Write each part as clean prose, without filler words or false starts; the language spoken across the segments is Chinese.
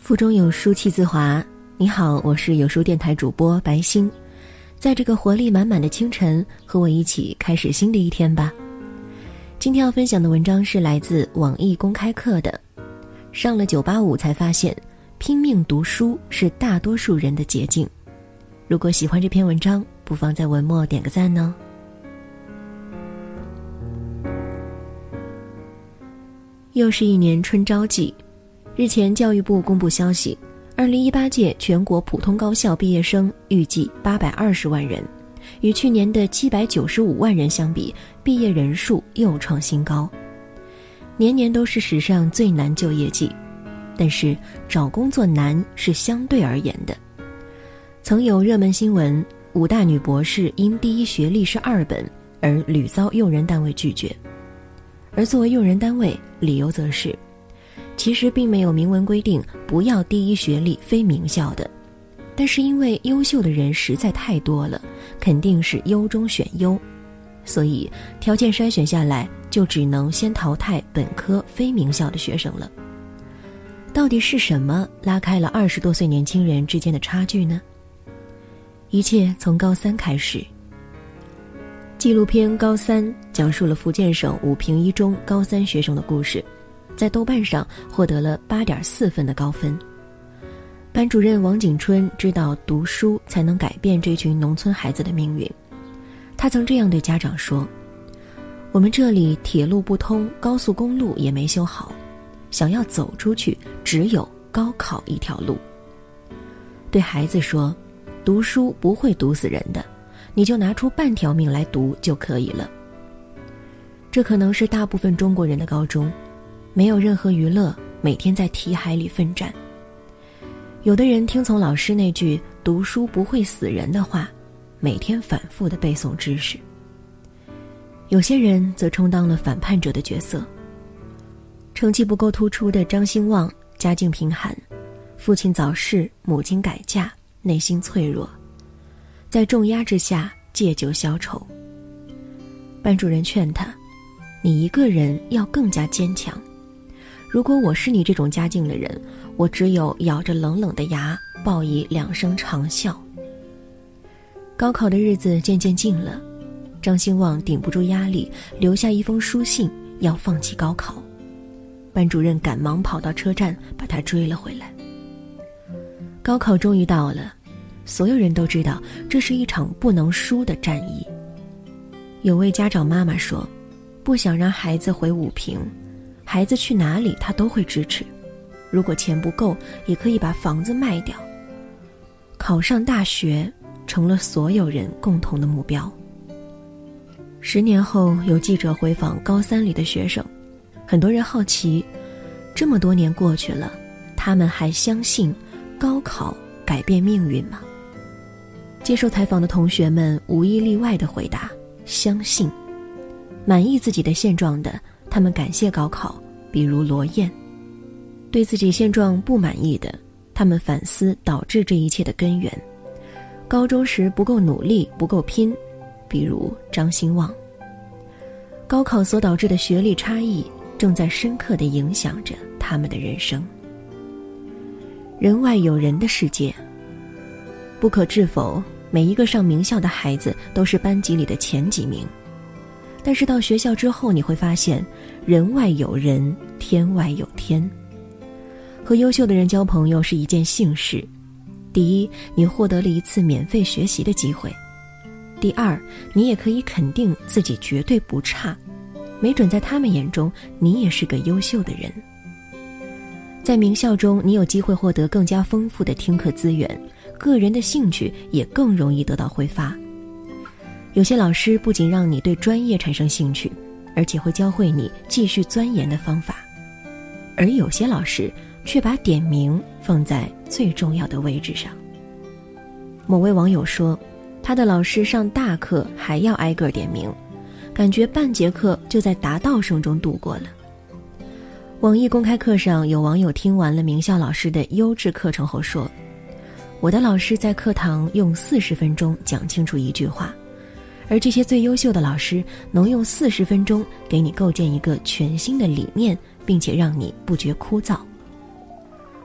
腹中有书气自华。你好，我是有书电台主播白昕。在这个活力满满的清晨，和我一起开始新的一天吧。今天要分享的文章是来自网易公开课的。上了985才发现，拼命读书是大多数人的捷径。如果喜欢这篇文章，不妨在文末点个赞呢。又是一年春招季，日前教育部公布消息，2018届全国普通高校毕业生预计820万人，与去年的795万人相比，毕业人数又创新高。年年都是史上最难就业季，但是找工作难是相对而言的。曾有热门新闻，武大女博士因第一学历是2本而屡遭用人单位拒绝，而作为用人单位，理由则是其实并没有明文规定不要第一学历非名校的，但是因为优秀的人实在太多了，肯定是优中选优，所以条件筛选下来就只能先淘汰本科非名校的学生了。到底是什么拉开了20多岁年轻人之间的差距呢？一切从高三开始。纪录片《高三》讲述了福建省武平一中高三学生的故事，在豆瓣上获得了8.4分的高分。班主任王景春知道读书才能改变这群农村孩子的命运。他曾这样对家长说：我们这里铁路不通，高速公路也没修好，想要走出去，只有高考一条路。对孩子说，读书不会毒死人的，你就拿出半条命来读就可以了。这可能是大部分中国人的高中，没有任何娱乐，每天在题海里奋战。有的人听从老师那句读书不会死人的话，每天反复的背诵知识。有些人则充当了反叛者的角色。成绩不够突出的张兴旺，家境贫寒，父亲早逝，母亲改嫁，内心脆弱，在重压之下借酒消愁。班主任劝他，你一个人要更加坚强，如果我是你这种家境的人，我只有咬着冷冷的牙报以2声长啸。高考的日子渐渐近了，张兴旺顶不住压力，留下一封书信要放弃高考。班主任赶忙跑到车站把他追了回来。高考终于到了，所有人都知道这是一场不能输的战役。有位家长妈妈说，不想让孩子回武平，孩子去哪里他都会支持，如果钱不够也可以把房子卖掉。考上大学成了所有人共同的目标。10年后，有记者回访高3里的学生，很多人好奇，这么多年过去了，他们还相信高考改变命运吗？接受采访的同学们无一例外地回答，相信。满意自己的现状的，他们感谢高考，比如罗燕；对自己现状不满意的，他们反思导致这一切的根源。高中时不够努力，不够拼，比如张兴旺。高考所导致的学历差异，正在深刻地影响着他们的人生。人外有人的世界，不可置否，每一个上名校的孩子都是班级里的前几名。但是到学校之后，你会发现人外有人，天外有天。和优秀的人交朋友是一件幸事。第一，你获得了一次免费学习的机会；第二，你也可以肯定自己绝对不差，没准在他们眼中你也是个优秀的人。在名校中，你有机会获得更加丰富的听课资源，个人的兴趣也更容易得到挥发。有些老师不仅让你对专业产生兴趣，而且会教会你继续钻研的方法，而有些老师却把点名放在最重要的位置上。某位网友说，他的老师上大课还要挨个点名，感觉半节课就在答道声中度过了。网易公开课上，有网友听完了名校老师的优质课程后说，我的老师在课堂用40分钟讲清楚一句话，而这些最优秀的老师能用40分钟给你构建一个全新的理念，并且让你不觉枯燥。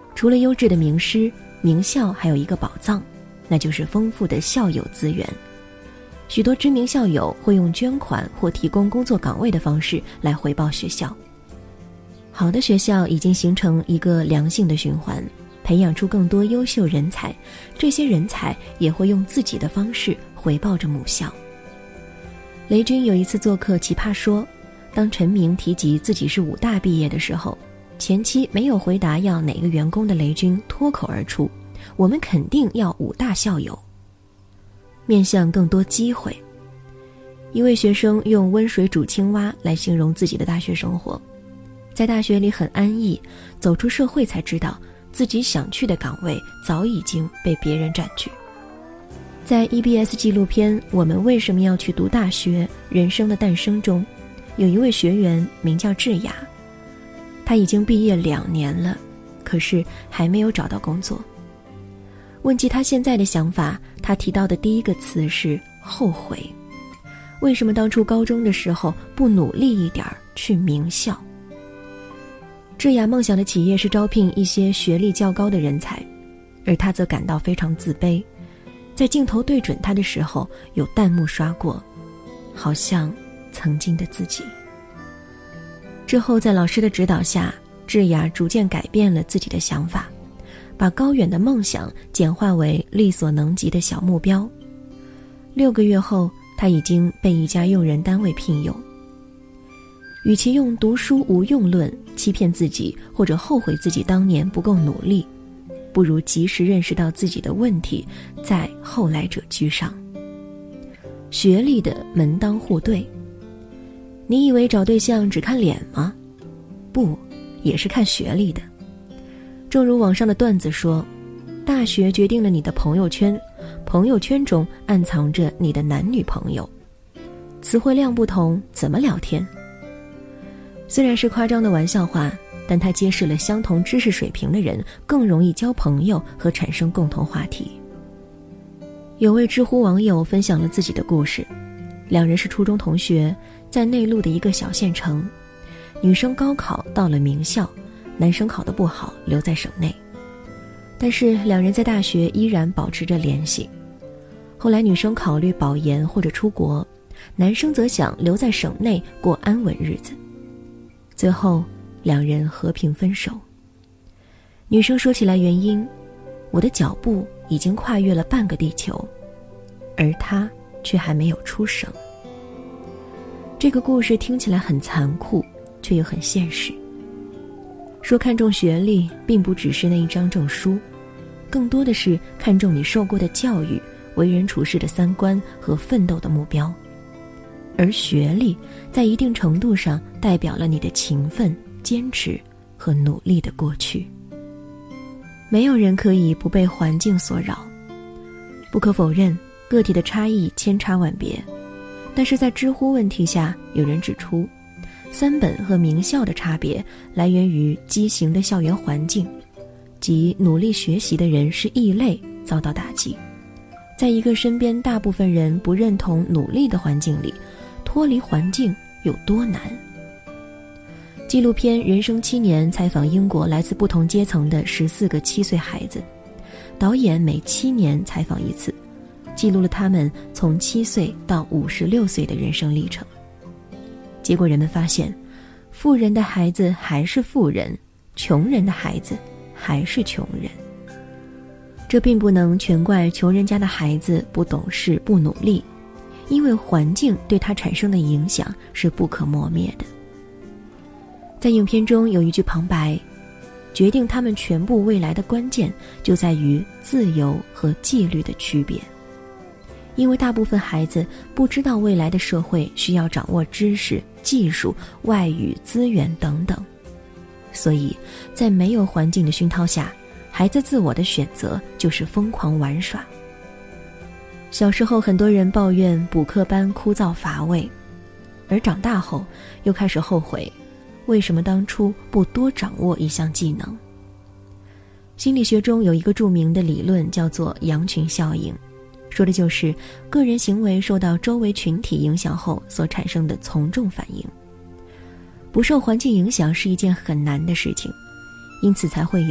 除了优质的名师，名校还有一个宝藏，那就是丰富的校友资源。许多知名校友会用捐款或提供工作岗位的方式来回报学校。好的学校已经形成一个良性的循环，培养出更多优秀人才，这些人才也会用自己的方式回报着母校。雷军有一次做客奇葩说，当陈明提及自己是武大毕业的时候，前期没有回答要哪个员工的雷军脱口而出，我们肯定要武大校友。面向更多机会，一位学生用温水煮青蛙来形容自己的大学生活。在大学里很安逸，走出社会才知道自己想去的岗位早已经被别人占据。在 EBS 纪录片《我们为什么要去读大学？人生的诞生》中，有一位学员名叫智雅，她已经毕业2年了，可是还没有找到工作。问及她现在的想法，她提到的第一个词是后悔。为什么当初高中的时候不努力一点去名校？智雅梦想的企业是招聘一些学历较高的人才，而她则感到非常自卑。在镜头对准她的时候，有弹幕刷过，好像曾经的自己。之后在老师的指导下，智雅逐渐改变了自己的想法，把高远的梦想简化为力所能及的小目标。6个月后，她已经被一家用人单位聘用。与其用读书无用论欺骗自己，或者后悔自己当年不够努力，不如及时认识到自己的问题，在后来者居上。学历的门当户对，你以为找对象只看脸吗？不，也是看学历的。正如网上的段子说，大学决定了你的朋友圈，朋友圈中暗藏着你的男女朋友。词汇量不同，怎么聊天？虽然是夸张的玩笑话，但它揭示了相同知识水平的人更容易交朋友和产生共同话题。有位知乎网友分享了自己的故事，两人是初中同学，在内陆的一个小县城，女生高考到了名校，男生考得不好，留在省内。但是两人在大学依然保持着联系。后来女生考虑保研或者出国，男生则想留在省内过安稳日子。最后两人和平分手。女生说起来原因，我的脚步已经跨越了半个地球，而他却还没有出省。这个故事听起来很残酷，却又很现实。说看重学历，并不只是那一张证书，更多的是看重你受过的教育、为人处事的三观和奋斗的目标。而学历在一定程度上代表了你的勤奋、坚持和努力的过去。没有人可以不被环境所扰。不可否认，个体的差异千差万别，但是在知乎问题下，有人指出三本和名校的差别来源于畸形的校园环境，即努力学习的人是异类，遭到打击。在一个身边大部分人不认同努力的环境里，脱离环境有多难？纪录片《人生7年》采访英国来自不同阶层的14个7岁孩子，导演每7年采访一次，记录了他们从7岁到56岁的人生历程。结果人们发现，富人的孩子还是富人，穷人的孩子还是穷人。这并不能全怪穷人家的孩子不懂事、不努力，因为环境对他产生的影响是不可磨灭的。在影片中有一句旁白，决定他们全部未来的关键就在于自由和纪律的区别。因为大部分孩子不知道未来的社会需要掌握知识、技术、外语、资源等等，所以在没有环境的熏陶下，孩子自我的选择就是疯狂玩耍。小时候很多人抱怨补课班枯燥乏味，而长大后又开始后悔，为什么当初不多掌握一项技能。心理学中有一个著名的理论叫做羊群效应，说的就是个人行为受到周围群体影响后所产生的从众反应。不受环境影响是一件很难的事情，因此才会有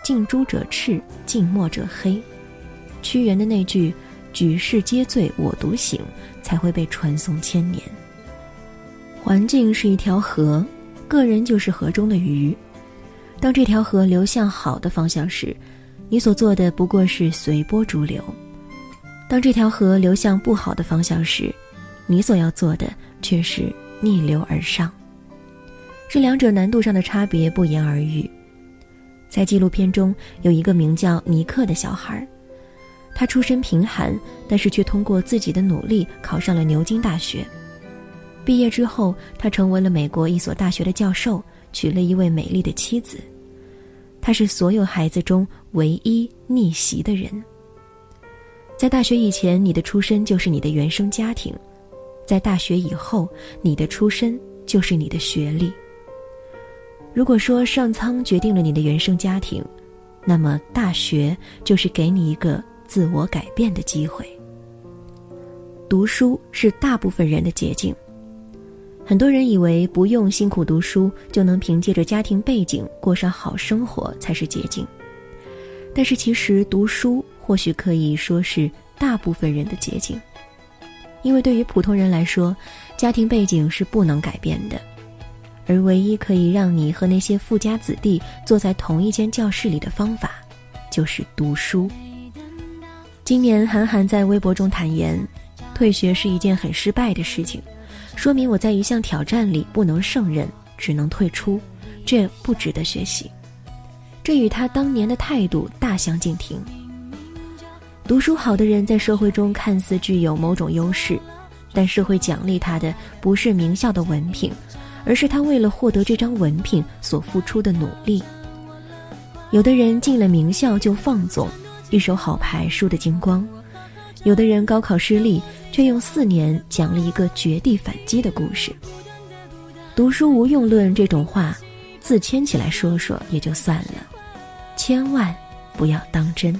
近朱者赤，近墨者黑。屈原的那句举世皆醉我独醒才会被传颂千年。环境是一条河，个人就是河中的鱼。当这条河流向好的方向时，你所做的不过是随波逐流；当这条河流向不好的方向时，你所要做的却是逆流而上。这两者难度上的差别不言而喻。在纪录片中有一个名叫尼克的小孩，他出身贫寒，但是却通过自己的努力考上了牛津大学。毕业之后，他成为了美国一所大学的教授，娶了一位美丽的妻子。他是所有孩子中唯一逆袭的人。在大学以前，你的出身就是你的原生家庭；在大学以后，你的出身就是你的学历。如果说上苍决定了你的原生家庭，那么大学就是给你一个自我改变的机会。读书是大部分人的捷径。很多人以为不用辛苦读书就能凭借着家庭背景过上好生活才是捷径，但是其实读书或许可以说是大部分人的捷径。因为对于普通人来说，家庭背景是不能改变的，而唯一可以让你和那些富家子弟坐在同一间教室里的方法就是读书。今年韩寒在微博中坦言，退学是一件很失败的事情，说明我在一项挑战里不能胜任，只能退出，这不值得学习。这与他当年的态度大相径庭。读书好的人在社会中看似具有某种优势，但社会奖励他的不是名校的文凭，而是他为了获得这张文凭所付出的努力。有的人进了名校就放纵，一手好牌输得精光；有的人高考失利，却用4年讲了一个绝地反击的故事。读书无用论这种话，自谦起来说说也就算了，千万不要当真。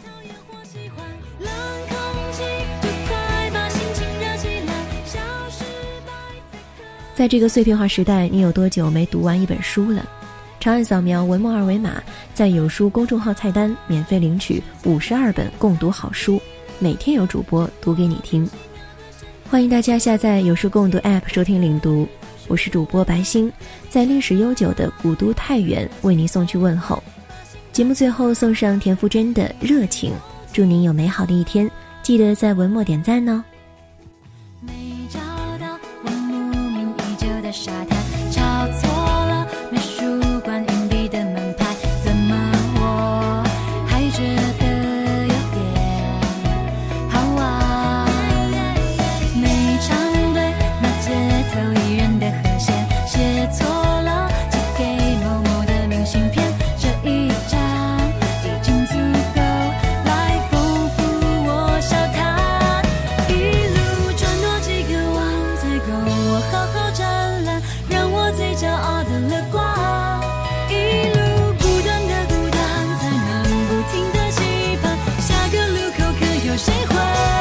在这个碎片化时代，你有多久没读完一本书了？长按扫描文末二维码，在有书公众号菜单免费领取52本共读好书，每天有主播读给你听。欢迎大家下载有书共读 App 收听领读，我是主播白昕，在历史悠久的古都太原为您送去问候。节目最后送上田馥甄的热情，祝您有美好的一天，记得在文末点赞哦。 沙滩抄错了美术馆硬币的门牌，怎么我还觉得有点好玩？没唱对那街头艺人的和弦，写错了寄给某某的明信片，这一张已经足够来丰富我笑谈。一路转多几个弯才够我好好站，让我最骄傲的乐观，一路不断的孤单，才能不停的期盼，下个路口可有谁会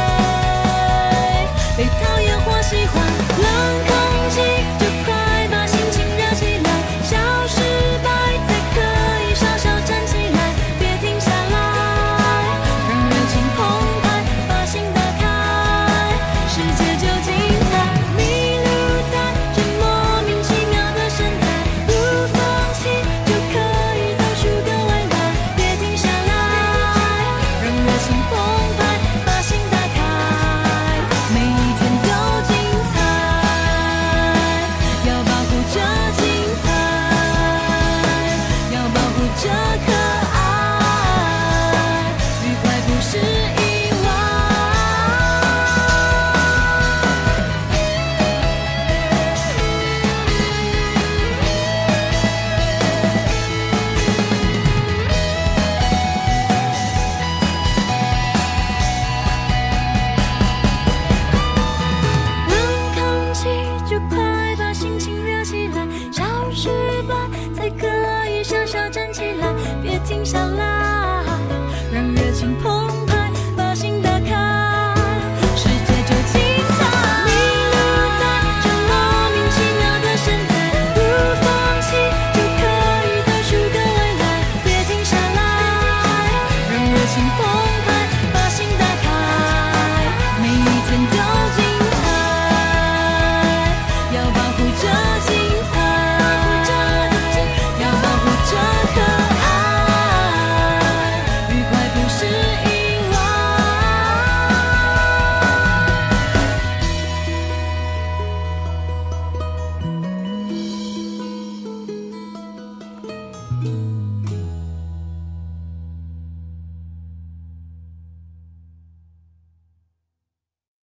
被讨厌或喜欢？冷空气就快把心情热起来，小失败才可以稍稍站起来，别停下来，让热情澎湃，把心打开，世界就精彩。迷路在这莫名其妙的身材，不放弃就可以走出个未来，别停下来，让热情澎湃，把心打开，每一天都精彩，要保护这精彩，要保护这可爱，愉快不是意外。冷空气就快把心情热起来，小失败才可以稍稍站起来，别停下来，